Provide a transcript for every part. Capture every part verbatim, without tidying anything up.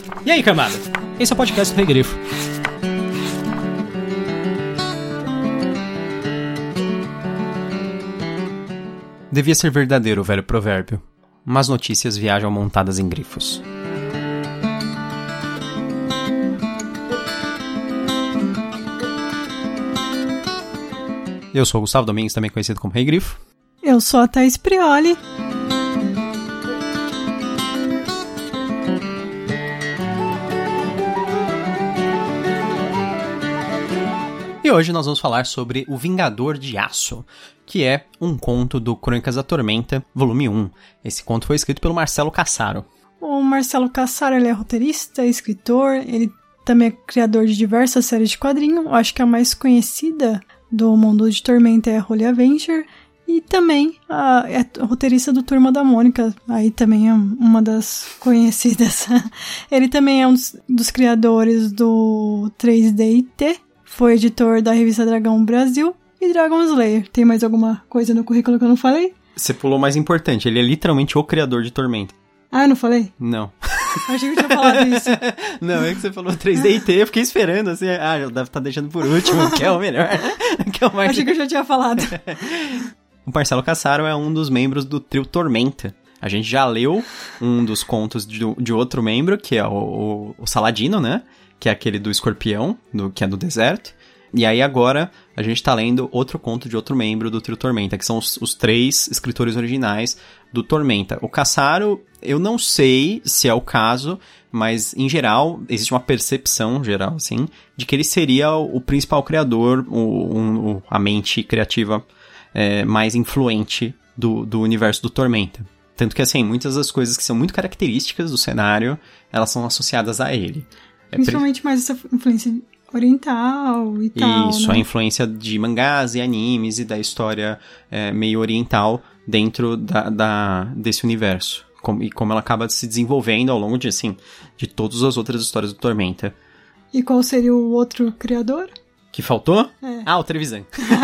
E aí, camada? Esse é o podcast do Rei Grifo. Devia ser verdadeiro o velho provérbio, mas notícias viajam montadas em grifos. Eu sou o Gustavo Domingues, também conhecido como Rei Grifo. Eu sou a Thaís Prioli. E hoje nós vamos falar sobre O Vingador de Aço, que é um conto do Crônicas da Tormenta, volume um. Esse conto foi escrito pelo Marcelo Cassaro. O Marcelo Cassaro, ele é roteirista, escritor, ele também é criador de diversas séries de quadrinhos. Eu acho que a mais conhecida do mundo de Tormenta é a Holy Avenger. E também a, é roteirista do Turma da Mônica, aí também é uma das conhecidas. Ele também é um dos, dos criadores do três D I T, foi editor da revista Dragão Brasil e Dragon Slayer. Tem mais alguma coisa no currículo que eu não falei? Você pulou o mais importante, ele é literalmente o criador de Tormenta. Ah, eu não falei? Não. Achei que eu tinha falado isso. Não, é que você falou três D I T, eu fiquei esperando, assim, ah, já deve estar deixando por último, que é o melhor. Que é o mais... Achei que eu já tinha falado. O Marcelo Cassaro é um dos membros do trio Tormenta. A gente já leu um dos contos de, de outro membro, que é o, o, o Saladino, né? Que é aquele do escorpião, do, que é do deserto. E aí agora a gente tá lendo outro conto de outro membro do trio Tormenta, que são os, os três escritores originais do Tormenta. O Cassaro, eu não sei se é o caso, mas em geral existe uma percepção geral, assim, de que ele seria o, o principal criador, o, um, o, a mente criativa é, mais influente do, do universo do Tormenta. Tanto que, assim, muitas das coisas que são muito características do cenário, elas são associadas a ele. Principalmente mais essa influência oriental e tal, Isso, né? a influência de mangás e animes e da história é, meio oriental dentro da, da, desse universo. Como, e como ela acaba se desenvolvendo ao longo de, assim, de todas as outras histórias do Tormenta. E qual seria o outro criador? Que faltou? É. Ah, o Trevisan.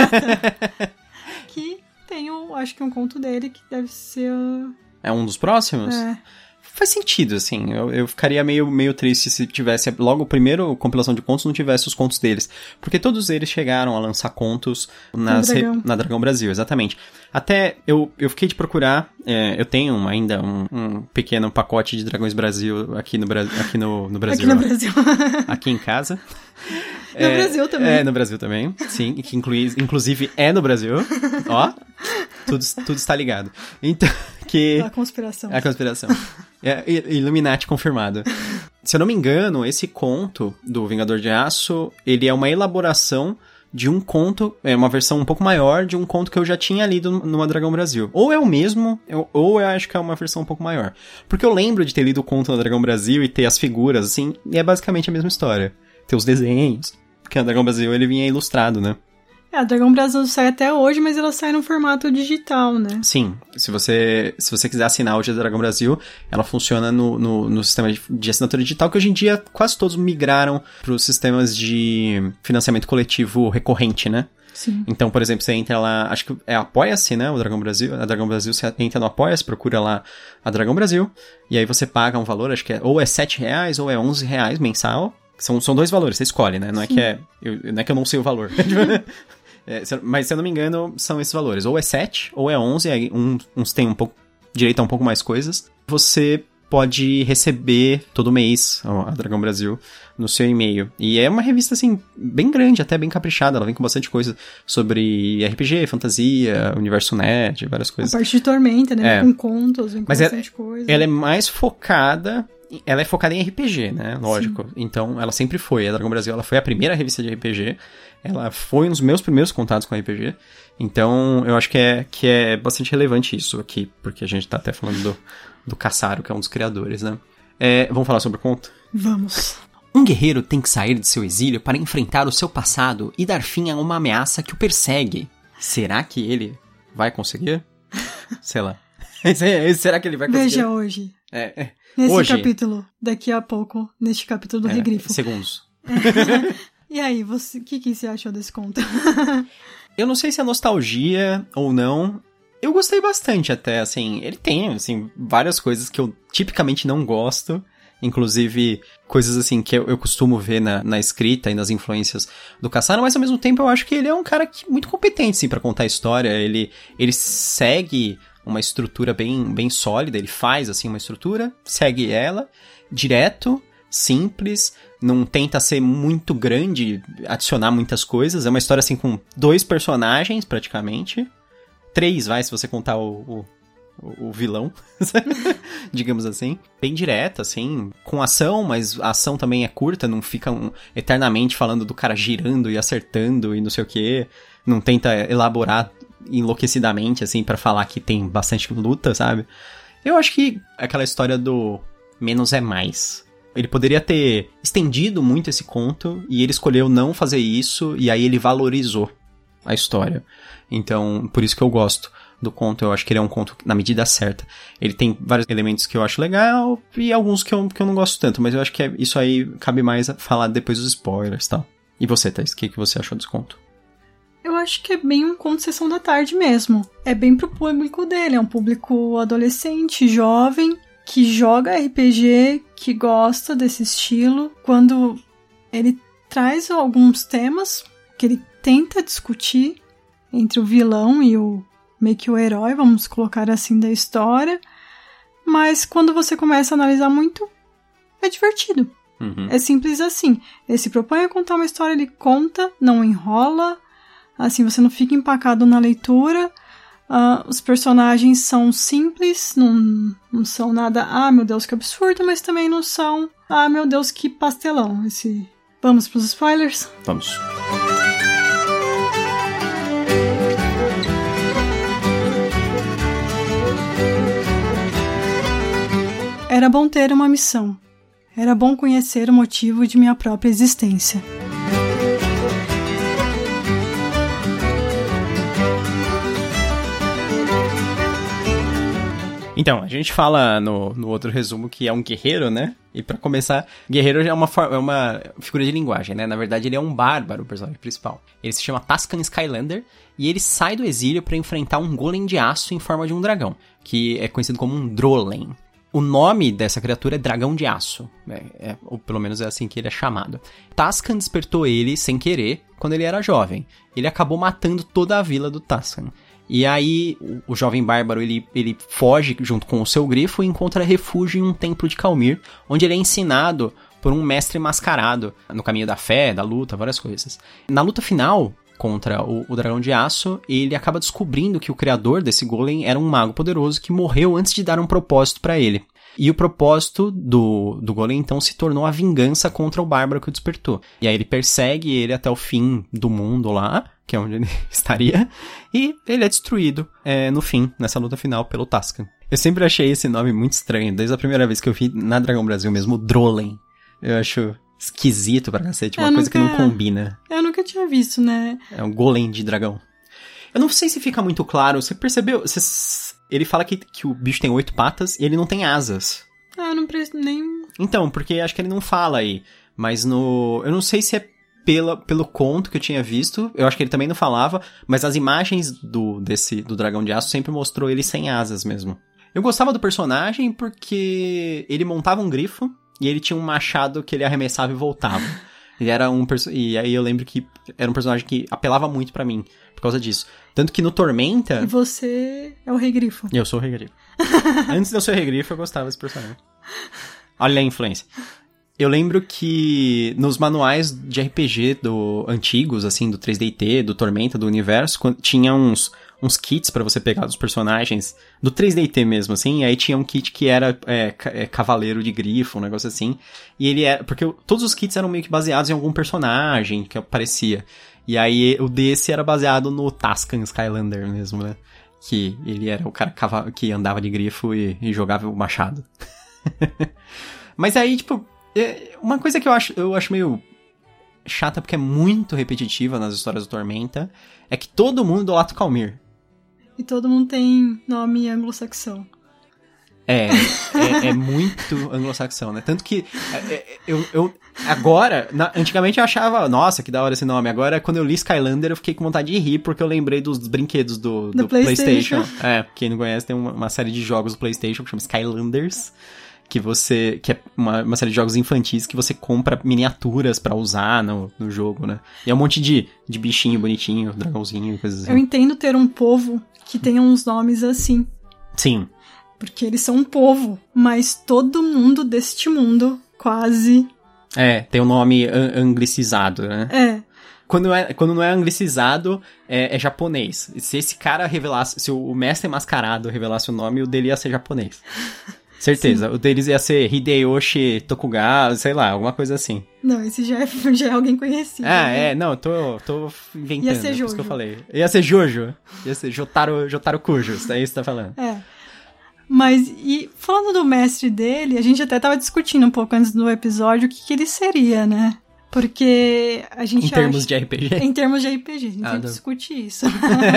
Ah, tá. Que tem, um, acho que um conto dele que deve ser... É um dos próximos? É. Faz sentido, assim, eu, eu ficaria meio, meio triste se tivesse, logo o primeiro compilação de contos não tivesse os contos deles, porque todos eles chegaram a lançar contos nas Dragão. re, na Dragão Brasil, exatamente. Até eu, eu fiquei de procurar, é, eu tenho um, ainda um, um pequeno pacote de Dragões Brasil aqui no, aqui no, no Brasil. Aqui no Brasil. Aqui em casa. No é, Brasil também. É, no Brasil também, sim, que inclui, inclusive é no Brasil, ó, tudo, tudo está ligado. Então, que... A conspiração. A conspiração. É, Illuminati confirmado. Se eu não me engano, esse conto do Vingador de Aço, ele é uma elaboração de um conto, é uma versão um pouco maior de um conto que eu já tinha lido numa Dragão Brasil. Ou é o mesmo, eu, ou eu acho que é uma versão um pouco maior. Porque eu lembro de ter lido o conto na Dragão Brasil e ter as figuras, assim, e é basicamente a mesma história. Ter os desenhos, porque na Dragão Brasil ele vinha ilustrado, né? É, a Dragão Brasil sai até hoje, mas ela sai no formato digital, né? Sim, se você, se você quiser assinar hoje a Dragão Brasil, ela funciona no, no, no sistema de, de assinatura digital, que hoje em dia quase todos migraram para os sistemas de financiamento coletivo recorrente, né? Sim. Então, por exemplo, você entra lá, acho que é Apoia-se, né, o Dragão Brasil, a Dragão Brasil, você entra no Apoia-se, procura lá a Dragão Brasil, e aí você paga um valor, acho que é ou é sete reais ou é onze reais mensal, são, são dois valores, você escolhe, né, não é, que é, eu, não é que eu não sei o valor. É, mas, se eu não me engano, são esses valores. Ou é sete, ou é onze, aí um, uns têm um pouco, direito a um pouco mais coisas. Você pode receber todo mês a Dragão Brasil no seu e-mail. E é uma revista, assim, bem grande, até bem caprichada. Ela vem com bastante coisa sobre R P G, fantasia, universo nerd, várias coisas. A parte de Tormenta, né? É. Com contos, vem com mas bastante ela, coisa. Ela é mais focada... Ela é focada em R P G, né? Lógico. Sim. Então, ela sempre foi. A Dragão Brasil, ela foi a primeira revista de R P G. Ela foi um dos meus primeiros contatos com R P G. Então, eu acho que é, que é bastante relevante isso aqui. Porque a gente tá até falando do, do Cassaro, que é um dos criadores, né? É, vamos falar sobre o conto? Vamos. Um guerreiro tem que sair de seu exílio para enfrentar o seu passado e dar fim a uma ameaça que o persegue. Será que ele vai conseguir? Sei lá. Será que ele vai conseguir? Veja hoje. É, é. Nesse Hoje, capítulo, daqui a pouco, neste capítulo do é, Regrifo. Segundos. É. E aí, você, o que, que você achou desse conto? Eu não sei se é nostalgia ou não. Eu gostei bastante até, assim. Ele tem, assim, várias coisas que eu tipicamente não gosto Inclusive, coisas assim que eu, eu costumo ver na, na escrita e nas influências do Cassaro, mas ao mesmo tempo eu acho que ele é um cara que, muito competente, sim, pra contar a história. Ele, ele segue uma estrutura bem, bem sólida, ele faz, assim, uma estrutura, segue ela, direto, simples, não tenta ser muito grande, adicionar muitas coisas. É uma história, assim, com dois personagens, praticamente. Três, vai, se você contar o... o o vilão, digamos assim, bem direta, assim, com ação, mas a ação também é curta, não fica um, eternamente falando do cara girando e acertando e não sei o que, não tenta elaborar enlouquecidamente, assim, pra falar que tem bastante luta, sabe? Eu acho que aquela história do menos é mais. Ele poderia ter estendido muito esse conto e ele escolheu não fazer isso e aí ele valorizou a história. Então, por isso que eu gosto do conto. Eu acho que ele é um conto na medida certa. Ele tem vários elementos que eu acho legal e alguns que eu, que eu não gosto tanto, mas eu acho que é, isso aí cabe mais a falar depois dos spoilers e tal. E você, Thaís, o que, que você achou desse conto? Eu acho que é bem um conto Sessão da Tarde mesmo. É bem pro público dele, é um público adolescente, jovem, que joga R P G, que gosta desse estilo. Quando ele traz alguns temas que ele tenta discutir entre o vilão e o meio que o herói, vamos colocar assim, da história. Mas quando você começa a analisar muito, é divertido. Uhum. É simples assim. Ele se propõe a contar uma história, ele conta, não enrola. Assim, você não fica empacado na leitura. Uh, os personagens são simples, não, não são nada, ah, meu Deus, que absurdo, mas também não são, ah, meu Deus, que pastelão. Esse... Vamos pros spoilers? Vamos. Era bom ter uma missão. Era bom conhecer o motivo de minha própria existência. Então, a gente fala no, no outro resumo que é um guerreiro, né? E pra começar, guerreiro já é uma, é uma figura de linguagem, né? Na verdade, ele é um bárbaro, o personagem principal. Ele se chama Tascan Skylander e ele sai do exílio pra enfrentar um golem de aço em forma de um dragão, que é conhecido como um Drolen. O nome dessa criatura é Dragão de Aço, é, é, ou pelo menos é assim que ele é chamado. Tascan despertou ele sem querer quando ele era jovem. Ele acabou matando toda a vila do Tascan. E aí, o, o jovem bárbaro, ele, ele foge junto com o seu grifo e encontra refúgio em um templo de Calmir, onde ele é ensinado por um mestre mascarado, no caminho da fé, da luta, várias coisas. Na luta final contra o, o Dragão de Aço, ele acaba descobrindo que o criador desse golem era um mago poderoso que morreu antes de dar um propósito pra ele. E o propósito do, do golem, então, se tornou a vingança contra o bárbaro que o despertou. E aí ele persegue ele até o fim do mundo lá, que é onde ele estaria, e ele é destruído é, no fim, nessa luta final, pelo Tascan. Eu sempre achei esse nome muito estranho, desde a primeira vez que eu vi na Dragão Brasil mesmo, Drolen. Eu acho esquisito pra cacete, uma eu coisa nunca, que não combina. Eu nunca tinha visto, né? É um golem de dragão. Eu não sei se fica muito claro, você percebeu? Você... Ele fala que, que o bicho tem oito patas e ele não tem asas. Ah, eu não preciso nem... Então, porque acho que ele não fala aí. Mas no... Eu não sei se é pela, pelo conto que eu tinha visto. Eu acho que ele também não falava. Mas as imagens do, desse, do Dragão de Aço sempre mostrou ele sem asas mesmo. Eu gostava do personagem porque ele montava um grifo e ele tinha um machado que ele arremessava e voltava. Ele era um perso- E aí eu lembro que era um personagem que apelava muito pra mim por causa disso. Tanto que no Tormenta... E você é o Rei Grifo. Eu sou o Rei Grifo. Antes de eu ser o Rei Grifo, eu gostava desse personagem. Olha a influência. Eu lembro que nos manuais de R P G do, antigos, assim, do três D T, do Tormenta, do Universo, quando, tinha uns, uns kits pra você pegar dos personagens, do três D T mesmo, assim, e aí tinha um kit que era é, é, Cavaleiro de Grifo, um negócio assim, e ele era... Porque todos os kits eram meio que baseados em algum personagem que aparecia. E aí o desse era baseado no Tascan Skylander mesmo, né? Que ele era o cara que andava de grifo e, e jogava o machado. Mas aí, tipo, uma coisa que eu acho, eu acho meio chata, porque é muito repetitiva nas histórias do Tormenta, é que todo mundo idolatra o Calmir. E todo mundo tem nome anglo-saxão. É, é, é muito anglo-saxão, né? Tanto que é, eu, eu agora, na, antigamente eu achava, nossa, que da hora esse nome. Agora, quando eu li Skylander, eu fiquei com vontade de rir, porque eu lembrei dos brinquedos do, do, do PlayStation. PlayStation. É, quem não conhece, tem uma, uma série de jogos do PlayStation que chama Skylanders, que você... que é uma, uma série de jogos infantis que você compra miniaturas pra usar no, no jogo, né? E é um monte de, de bichinho bonitinho, dragãozinho e coisas assim. Eu entendo ter um povo que tenha uns nomes assim. Sim. Porque eles são um povo, mas todo mundo deste mundo, quase... É, tem um nome an- anglicizado, né? É. Quando, é, quando não é anglicizado, é, é japonês. E se esse cara revelasse, se o mestre mascarado revelasse o nome, o dele ia ser japonês. Certeza. Sim. O deles ia ser Hideyoshi Tokugawa, sei lá, alguma coisa assim. Não, esse já é, já é alguém conhecido. Ah, né? é, não, eu tô, tô inventando. Ia ser Jojo. É isso que eu falei. Ia ser Jojo. Ia ser Jotaro, Jotaro Kujo, é isso que você tá falando. É. Mas, e falando do mestre dele, a gente até tava discutindo um pouco antes do episódio o que, que ele seria, né? Porque a gente Em termos acha... de R P G? Em termos de R P G, a gente ah, sempre não. discute isso.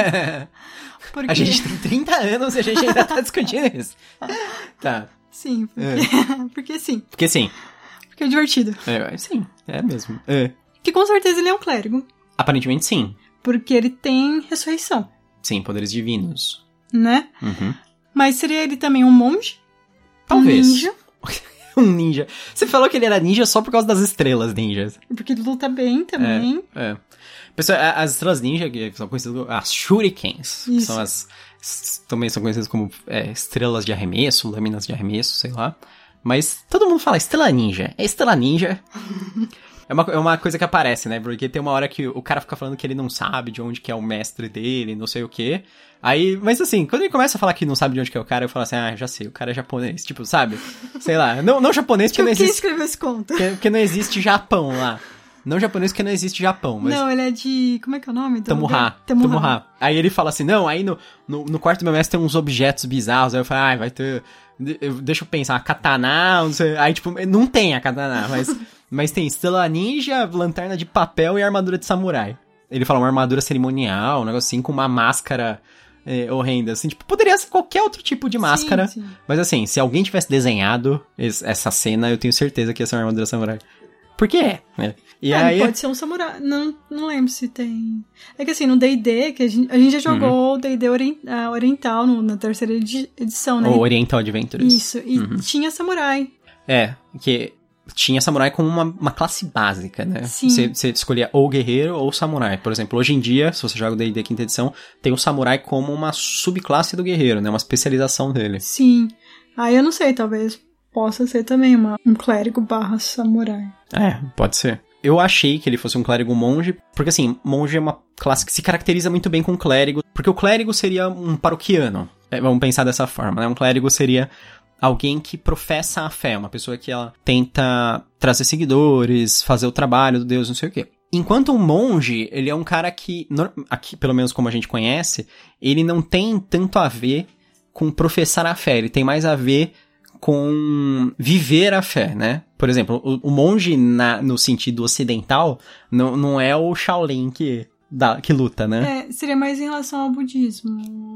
Porque... A gente tem trinta anos e a gente ainda tá discutindo isso. Tá. Sim, porque... É. porque sim. Porque sim. Porque é divertido. É, sim, é mesmo. É. Que com certeza ele é um clérigo. Aparentemente sim. Porque ele tem ressurreição. Sim, poderes divinos. Né? Uhum. Mas seria ele também um monge? Talvez. Um ninja? um ninja. Você falou que ele era ninja só por causa das estrelas ninjas. Porque ele luta bem também. É, é. Pessoal, as estrelas ninja, que são conhecidas como as shurikens, que são as... também são conhecidas como é, estrelas de arremesso, lâminas de arremesso, sei lá. Mas todo mundo fala estrela ninja. É estrela ninja. É uma, é uma coisa que aparece, né? Porque tem uma hora que o cara fica falando que ele não sabe de onde que é o mestre dele, não sei o quê. Aí, mas assim, quando ele começa a falar que não sabe de onde que é o cara, eu falo assim, ah, já sei, o cara é japonês. Tipo, sabe? Sei lá. Não, não japonês porque tipo, não existe... Quem escreveu esse conto? Porque, porque não existe Japão lá. Não japonês porque não existe Japão, mas... Não, ele é de... Como é que é o nome? Do Tamuha. Tamuha. Tamuha. Aí ele fala assim, não, aí no, no, no quarto do meu mestre tem uns objetos bizarros. Aí eu falo, ah, vai ter... Deixa eu pensar, katana, não sei... Aí, tipo, não tem a katana, mas... mas tem estrela ninja, lanterna de papel e armadura de samurai. Ele fala uma armadura cerimonial, um negócio assim, com uma máscara é, horrenda, assim. Tipo, poderia ser qualquer outro tipo de máscara. Sim, sim. Mas assim, se alguém tivesse desenhado essa cena, eu tenho certeza que ia ser uma armadura samurai. Por quê? É. E é, aí... pode ser um samurai. Não, não lembro se tem... É que assim, no D e D, que a gente, a gente já jogou o uhum. D e D orient, uh, Oriental no, na terceira edi- edição, né? O Oriental Adventures. Isso, e uhum. tinha samurai. É, que tinha samurai como uma, uma classe básica, né? Sim. Você, você escolhia ou guerreiro ou samurai. Por exemplo, hoje em dia, se você joga o D e D quinta edição, tem o samurai como uma subclasse do guerreiro, né? Uma especialização dele. Sim. Aí eu não sei, talvez possa ser também uma, um clérigo barra samurai. É, pode ser. Eu achei que ele fosse um clérigo monge, porque assim, monge é uma classe que se caracteriza muito bem com clérigo, porque o clérigo seria um paroquiano. É, vamos pensar dessa forma, né? Um clérigo seria alguém que professa a fé, uma pessoa que ela tenta trazer seguidores, fazer o trabalho do Deus, não sei o quê. Enquanto um monge, ele é um cara que, aqui, pelo menos como a gente conhece, ele não tem tanto a ver com professar a fé, ele tem mais a ver com viver a fé, né? Por exemplo, o, o monge na, no sentido ocidental não, não é o Shaolin que, da, que luta, né? É, seria mais em relação ao budismo.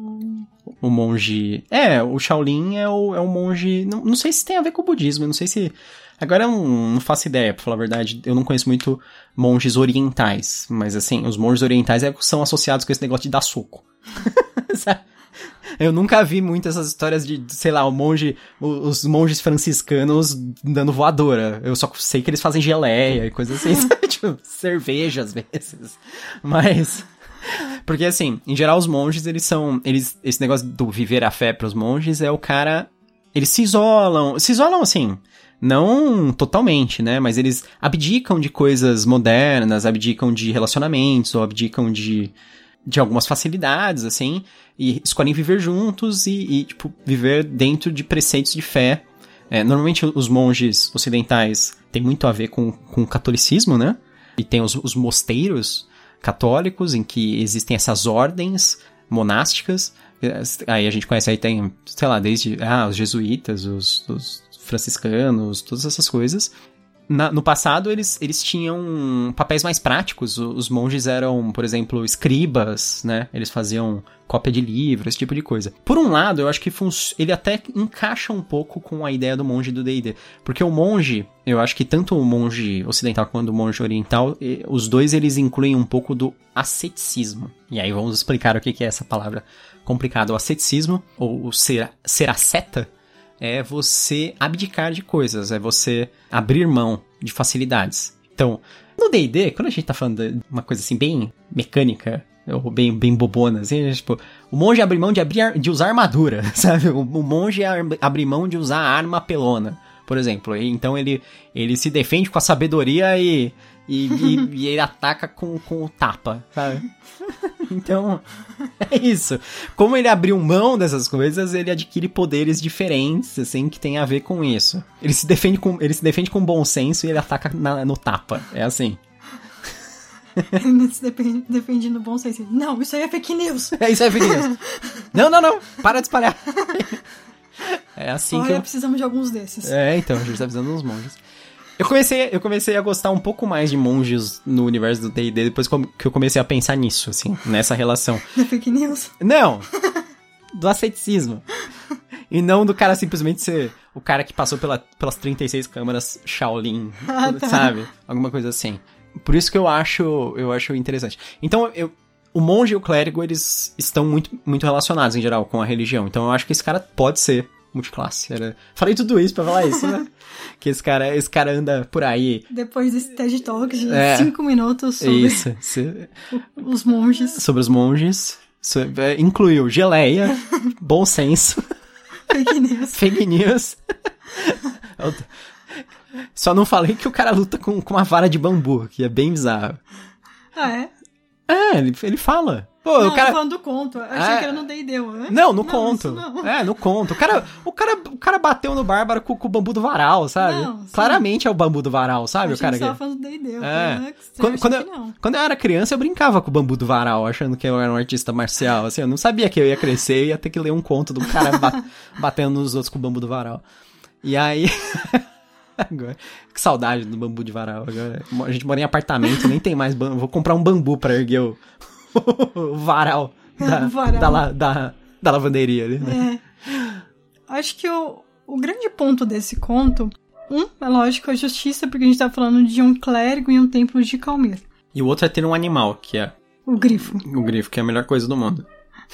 O monge... É, o Shaolin é o, é o monge... Não, não sei se tem a ver com o budismo, não sei se... Agora eu não, não faço ideia, pra falar a verdade, eu não conheço muito monges orientais, mas assim, os monges orientais é, são associados com esse negócio de dar soco. Sabe? Eu nunca vi muito essas histórias de, sei lá, o monge, os monges franciscanos dando voadora. Eu só sei que eles fazem geleia e coisas assim, sabe? Tipo, cerveja às vezes. Mas... Porque, assim, em geral os monges, eles são... Eles, esse negócio do viver a fé pros monges é o cara... Eles se isolam... Se isolam, assim... Não totalmente, né? Mas eles abdicam de coisas modernas, abdicam de relacionamentos, ou abdicam de... de algumas facilidades, assim, e escolhem viver juntos e, e tipo, viver dentro de preceitos de fé. É, normalmente os monges ocidentais têm muito a ver com, com o catolicismo, né? E tem os, os mosteiros católicos, em que existem essas ordens monásticas. Aí a gente conhece, aí tem, sei lá, desde ah, os jesuítas, os, os franciscanos, todas essas coisas. Na, no passado, eles, eles tinham papéis mais práticos. Os monges eram, por exemplo, escribas, né? Eles faziam cópia de livros, esse tipo de coisa. Por um lado, eu acho que ele até encaixa um pouco com a ideia do monge do D e D. Porque o monge, eu acho que tanto o monge ocidental quanto o monge oriental, os dois eles incluem um pouco do asceticismo. E aí vamos explicar o que é essa palavra complicada. O asceticismo, ou ser, ser asceta, é você abdicar de coisas, é você abrir mão de facilidades. Então, no D e D, quando a gente tá falando de uma coisa assim bem mecânica, ou bem, bem bobona, assim, é, tipo, o monge abre mão de, abrir, de usar armadura, sabe? O, o monge abre mão de usar arma pelona, por exemplo. E, então ele, ele se defende com a sabedoria e, e, e, e ele ataca com, com o tapa, sabe? Então, é isso. Como ele abriu mão dessas coisas, ele adquire poderes diferentes, assim, que tem a ver com isso. Ele se defende com, ele se defende com bom senso e ele ataca na, no tapa. É assim. Ele se defende, defende no bom senso. Não, isso aí é fake news. É, isso aí é fake news. Não, não, não. Para de espalhar. É assim Olha, que eu... precisamos de alguns desses. É, então, a gente tá precisando de uns monges. Eu comecei, eu comecei a gostar um pouco mais de monges no universo do D e D depois que eu comecei a pensar nisso, assim, nessa relação. Da fake news? Não! Do asceticismo. E não do cara simplesmente ser o cara que passou pela, pelas trinta e seis câmaras Shaolin, ah, tá. sabe? Alguma coisa assim. Por isso que eu acho, eu acho interessante. Então, eu, o monge e o clérigo, eles estão muito, muito relacionados, em geral, com a religião. Então, eu acho que esse cara pode ser multiclasse. Era... Falei tudo isso pra falar isso, né? Que esse cara, esse cara anda por aí... Depois desse TED Talk de é, cinco minutos sobre isso, se... os monges. Sobre os monges. Sobre... É, incluiu geleia, bom senso... Fake news. Fake news. Só não falei que o cara luta com, com uma vara de bambu, que é bem bizarro. Ah, é? É, ele, ele fala. Pô, não, o cara... tô falando do conto. Eu achei é... que era no D e D, né? Não, no não, conto. Não. É, no conto. O cara, o cara, o cara bateu no Bárbaro com, com o bambu do varal, sabe? Não, claramente é o bambu do varal, sabe? Eu o cara que que... você tava falando do D e D. Eu é. falei, quando, quando, que eu, quando eu era criança, eu brincava com o bambu do varal, achando que eu era um artista marcial. Assim, eu não sabia que eu ia crescer e ia ter que ler um conto do cara bat, batendo nos outros com o bambu do varal. E aí... Agora, que saudade do bambu de varal. Agora, a gente mora em apartamento, nem tem mais bambu. Vou comprar um bambu pra erguer o, o varal, da, varal. Da, la, da, da lavanderia ali, né? É. Acho que o, o grande ponto desse conto, um, é lógico, a justiça, porque a gente tá falando de um clérigo em um templo de Calmir. E o outro é ter um animal, que é... O grifo. O grifo, que é a melhor coisa do mundo.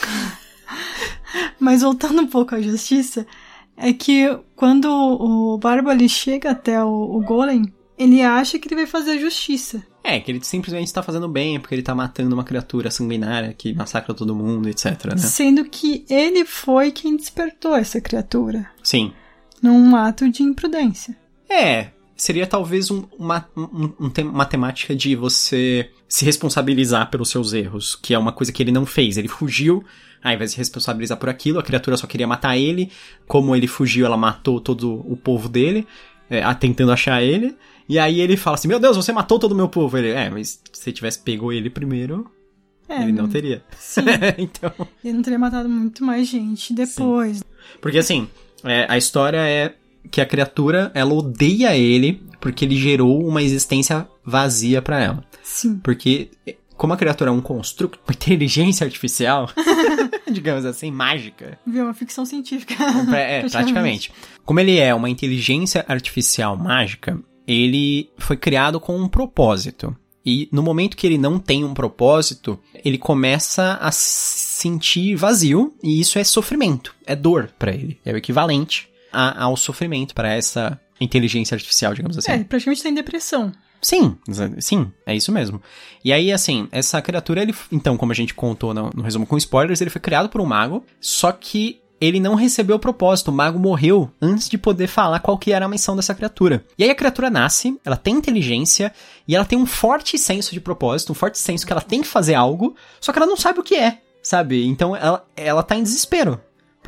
Mas voltando um pouco à justiça... É que quando o Barba ele chega até o, o Golem, ele acha que ele vai fazer a justiça. É, que ele simplesmente está fazendo bem, porque ele tá matando uma criatura sanguinária que massacra todo mundo, etcétera, né? Sendo que ele foi quem despertou essa criatura. Sim. Num ato de imprudência. É, seria talvez um, uma, um, um, uma temática de você se responsabilizar pelos seus erros, que é uma coisa que ele não fez. Ele fugiu... Aí vai se responsabilizar por aquilo, a criatura só queria matar ele, como ele fugiu, ela matou todo o povo dele, é, tentando achar ele, e aí ele fala assim, meu Deus, você matou todo o meu povo. Ele, é, mas se você tivesse pegou ele primeiro, é, ele não teria. Sim. Então... Ele não teria matado muito mais gente depois. Sim. Porque assim, é, a história é que a criatura, ela odeia ele, porque ele gerou uma existência vazia pra ela. Sim. Porque... Como a criatura é um construto, uma inteligência artificial, digamos assim, mágica. Viu, uma ficção científica. É, praticamente. praticamente. Como ele é uma inteligência artificial mágica, ele foi criado com um propósito. E no momento que ele não tem um propósito, ele começa a se sentir vazio, e isso é sofrimento, é dor pra ele. É o equivalente a, ao sofrimento pra essa inteligência artificial, digamos assim. É, ele praticamente tá em depressão. Sim, sim, é isso mesmo. E aí, assim, essa criatura, ele, então, como a gente contou no, no resumo com spoilers, ele foi criado por um mago, só que ele não recebeu o propósito, o mago morreu antes de poder falar qual que era a missão dessa criatura. E aí a criatura nasce, ela tem inteligência, e ela tem um forte senso de propósito, um forte senso que ela tem que fazer algo, só que ela não sabe o que é, sabe? Então ela, ela tá em desespero.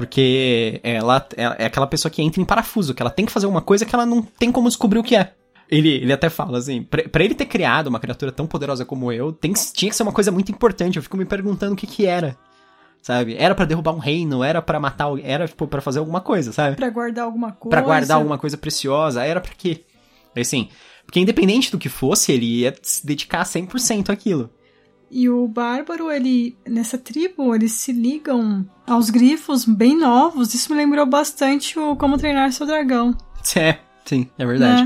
Porque ela é aquela pessoa que entra em parafuso, que ela tem que fazer uma coisa que ela não tem como descobrir o que é. Ele, ele até fala assim, pra, pra ele ter criado uma criatura tão poderosa como eu, tem, tinha que ser uma coisa muito importante. Eu fico me perguntando o que que era, sabe? Era pra derrubar um reino, era pra matar alguém, era tipo, pra fazer alguma coisa, sabe? Pra guardar alguma coisa. Pra guardar alguma coisa preciosa, era pra quê? Assim, porque independente do que fosse, ele ia se dedicar cem por cento àquilo. E o Bárbaro, ele, nessa tribo, eles se ligam aos grifos bem novos. Isso me lembrou bastante o Como Treinar Seu Dragão. É, sim, é verdade. Né?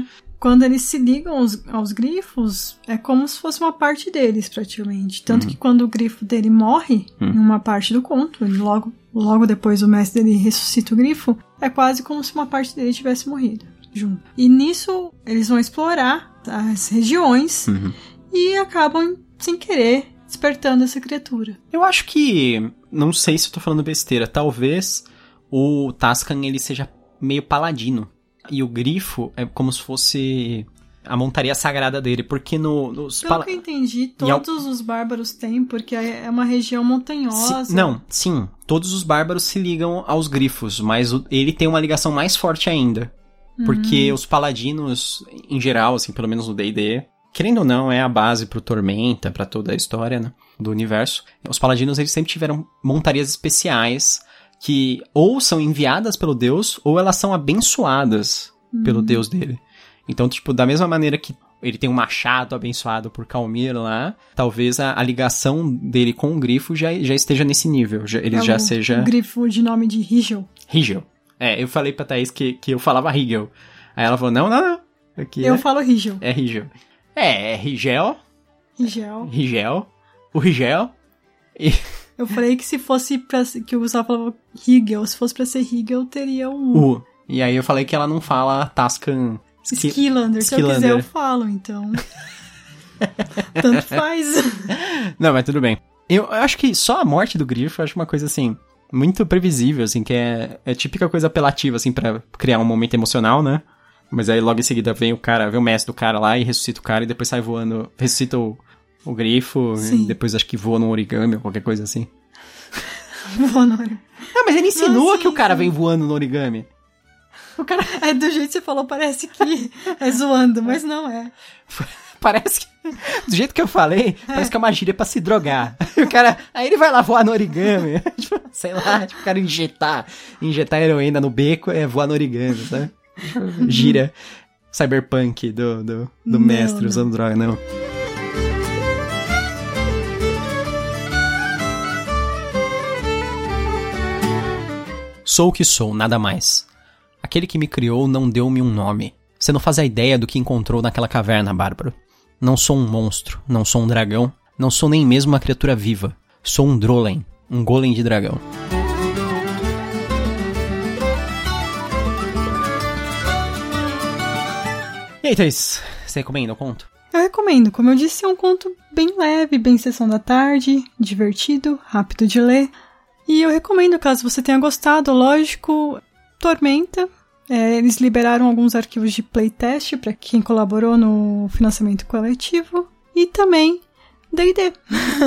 quando eles se ligam aos, aos grifos, é como se fosse uma parte deles, praticamente. Tanto uhum. que quando o grifo dele morre, uhum. em uma parte do conto, ele logo, logo depois o mestre dele ressuscita o grifo, é quase como se uma parte dele tivesse morrido junto. E nisso, eles vão explorar as regiões uhum. e acabam, sem querer, despertando essa criatura. Eu acho que, não sei se eu tô falando besteira, talvez o Tascan ele seja meio paladino. E o grifo é como se fosse a montaria sagrada dele, porque no, nos... Pelo pala... que eu entendi, todos ao... os bárbaros têm, porque é uma região montanhosa. Se... Não, sim, todos os bárbaros se ligam aos grifos, mas o... ele tem uma ligação mais forte ainda. Uhum. Porque os paladinos, em geral, assim, pelo menos no D e D, querendo ou não, é a base pro Tormenta, pra toda a história, né, do universo. Os paladinos, eles sempre tiveram montarias especiais que ou são enviadas pelo deus, ou elas são abençoadas uhum. pelo deus dele. Então, tipo, da mesma maneira que ele tem um machado abençoado por Calmir lá, talvez a, a ligação dele com o grifo já, já esteja nesse nível. Já, ele é já o, seja... O grifo de nome de Rigel. Rigel. É, eu falei pra Thaís que, que eu falava Rigel. Aí ela falou, não, não, não. Aqui eu é, falo Rigel. É Rigel. É, é Rigel. Rigel. Rigel. O Rigel. E... Eu falei que se fosse pra... Que o Gustavo falava Rigel. Se fosse pra ser Rigel, teria um U. U. E aí eu falei que ela não fala Tascan... Ski... Skillander. Se eu quiser, eu falo, então. Tanto faz. Não, mas tudo bem. Eu acho que só a morte do grifo, eu acho uma coisa, assim, muito previsível, assim, que é, é típica coisa apelativa, assim, pra criar um momento emocional, né? Mas aí logo em seguida vem o cara, vem o mestre do cara lá e ressuscita o cara e depois sai voando, ressuscita o, o grifo, e depois acho que voa no origami ou qualquer coisa assim. Voa no origami. Não, mas ele insinua não, sim, que o cara sim. vem voando no origami. O cara... É, do jeito que você falou, parece que é zoando, mas não é. Parece que... Do jeito que eu falei, é. Parece que é uma gíria pra se drogar. O cara... Aí ele vai lá voar no origami. Tipo, sei lá, tipo, o cara injetar, injetar heroína no beco é voar no origami, sabe? Gíria cyberpunk do, do, do não, mestre não. usando droga, não. Sou o que sou, nada mais. Aquele que me criou não deu-me um nome. Você não faz a ideia do que encontrou naquela caverna, bárbaro. Não sou um monstro, não sou um dragão, não sou nem mesmo uma criatura viva. Sou um Drolen, um golem de dragão. E aí, Thaís, você recomenda o conto? Eu recomendo. Como eu disse, é um conto bem leve, bem sessão da tarde, divertido, rápido de ler. E eu recomendo, caso você tenha gostado, lógico, Tormenta. É, eles liberaram alguns arquivos de playtest para quem colaborou no financiamento coletivo. E também D e D.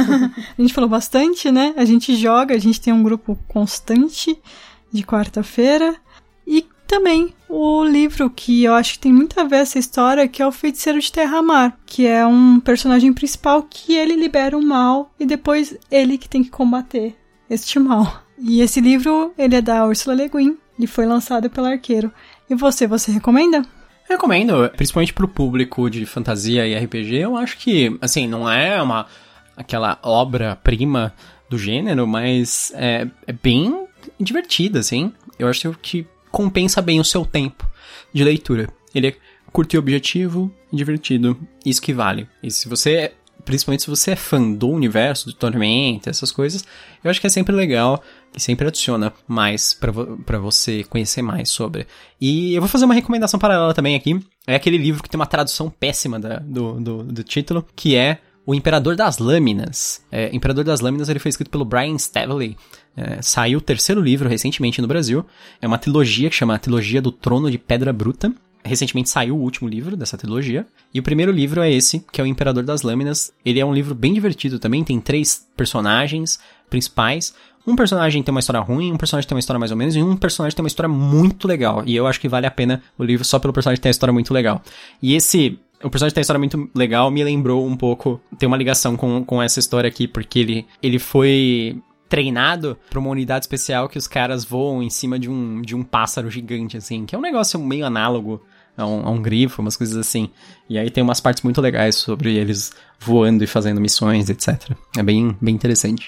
A gente falou bastante, né? A gente joga, a gente tem um grupo constante de quarta-feira. E também o livro que eu acho que tem muito a ver essa história, que é o Feiticeiro de Terramar, que é um personagem principal que ele libera o mal e depois ele que tem que combater este mal. E esse livro, ele é da Ursula Le Guin e foi lançado pela Arqueiro. E você, você recomenda? Eu recomendo, principalmente pro público de fantasia e R P G. Eu acho que, assim, não é uma aquela obra-prima do gênero, mas é, é bem divertida, assim. Eu acho que compensa bem o seu tempo de leitura. Ele é curto e objetivo e divertido. Isso que vale. E se você, principalmente se você é fã do universo, do Tormenta, essas coisas, eu acho que é sempre legal e sempre adiciona mais pra, vo- pra você conhecer mais sobre. E eu vou fazer uma recomendação paralela também aqui. É aquele livro que tem uma tradução péssima da, do, do, do título, que é O Imperador das Lâminas. É, Imperador das Lâminas, ele foi escrito pelo Brian Staveley. É, saiu o terceiro livro recentemente no Brasil. É uma trilogia que chama a Trilogia do Trono de Pedra Bruta. Recentemente saiu o último livro dessa trilogia. E o primeiro livro é esse, que é o Imperador das Lâminas. Ele é um livro bem divertido também. Tem três personagens principais. Um personagem tem uma história ruim, um personagem tem uma história mais ou menos, e um personagem tem uma história muito legal. E eu acho que vale a pena o livro só pelo personagem ter uma história muito legal. E esse... O personagem tem uma história muito legal, me lembrou um pouco... Tem uma ligação com, com essa história aqui, porque ele, ele foi treinado pra uma unidade especial que os caras voam em cima de um, de um pássaro gigante, assim. Que é um negócio meio análogo a um, a um grifo, umas coisas assim. E aí tem umas partes muito legais sobre eles voando e fazendo missões, etcétera. É bem, bem interessante.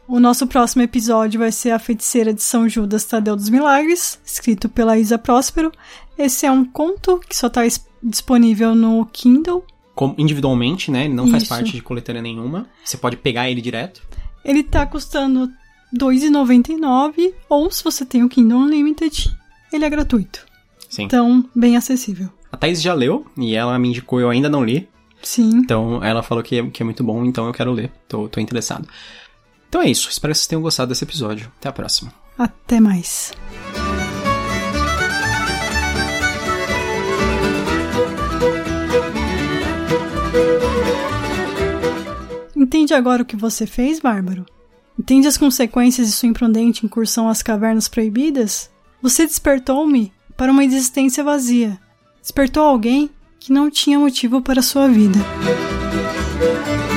O nosso próximo episódio vai ser A Feiticeira de São Judas Tadeu dos Milagres, escrito pela Isa Próspero. Esse é um conto que só está disponível no Kindle. Como individualmente, né? Ele não faz Isso. parte de coletânea nenhuma. Você pode pegar ele direto. Ele tá custando dois reais e noventa e nove centavos, ou se você tem o Kindle Unlimited, ele é gratuito. Sim. Então, bem acessível. A Thaís já leu, e ela me indicou, eu ainda não li. Sim. Então, ela falou que é, que é muito bom, então eu quero ler. Tô, tô interessado. Então é isso. Espero que vocês tenham gostado desse episódio. Até a próxima. Até mais. Entende agora o que você fez, Bárbaro? Entende as consequências de sua imprudente incursão às cavernas proibidas? Você despertou-me para uma existência vazia. Despertou alguém que não tinha motivo para a sua vida.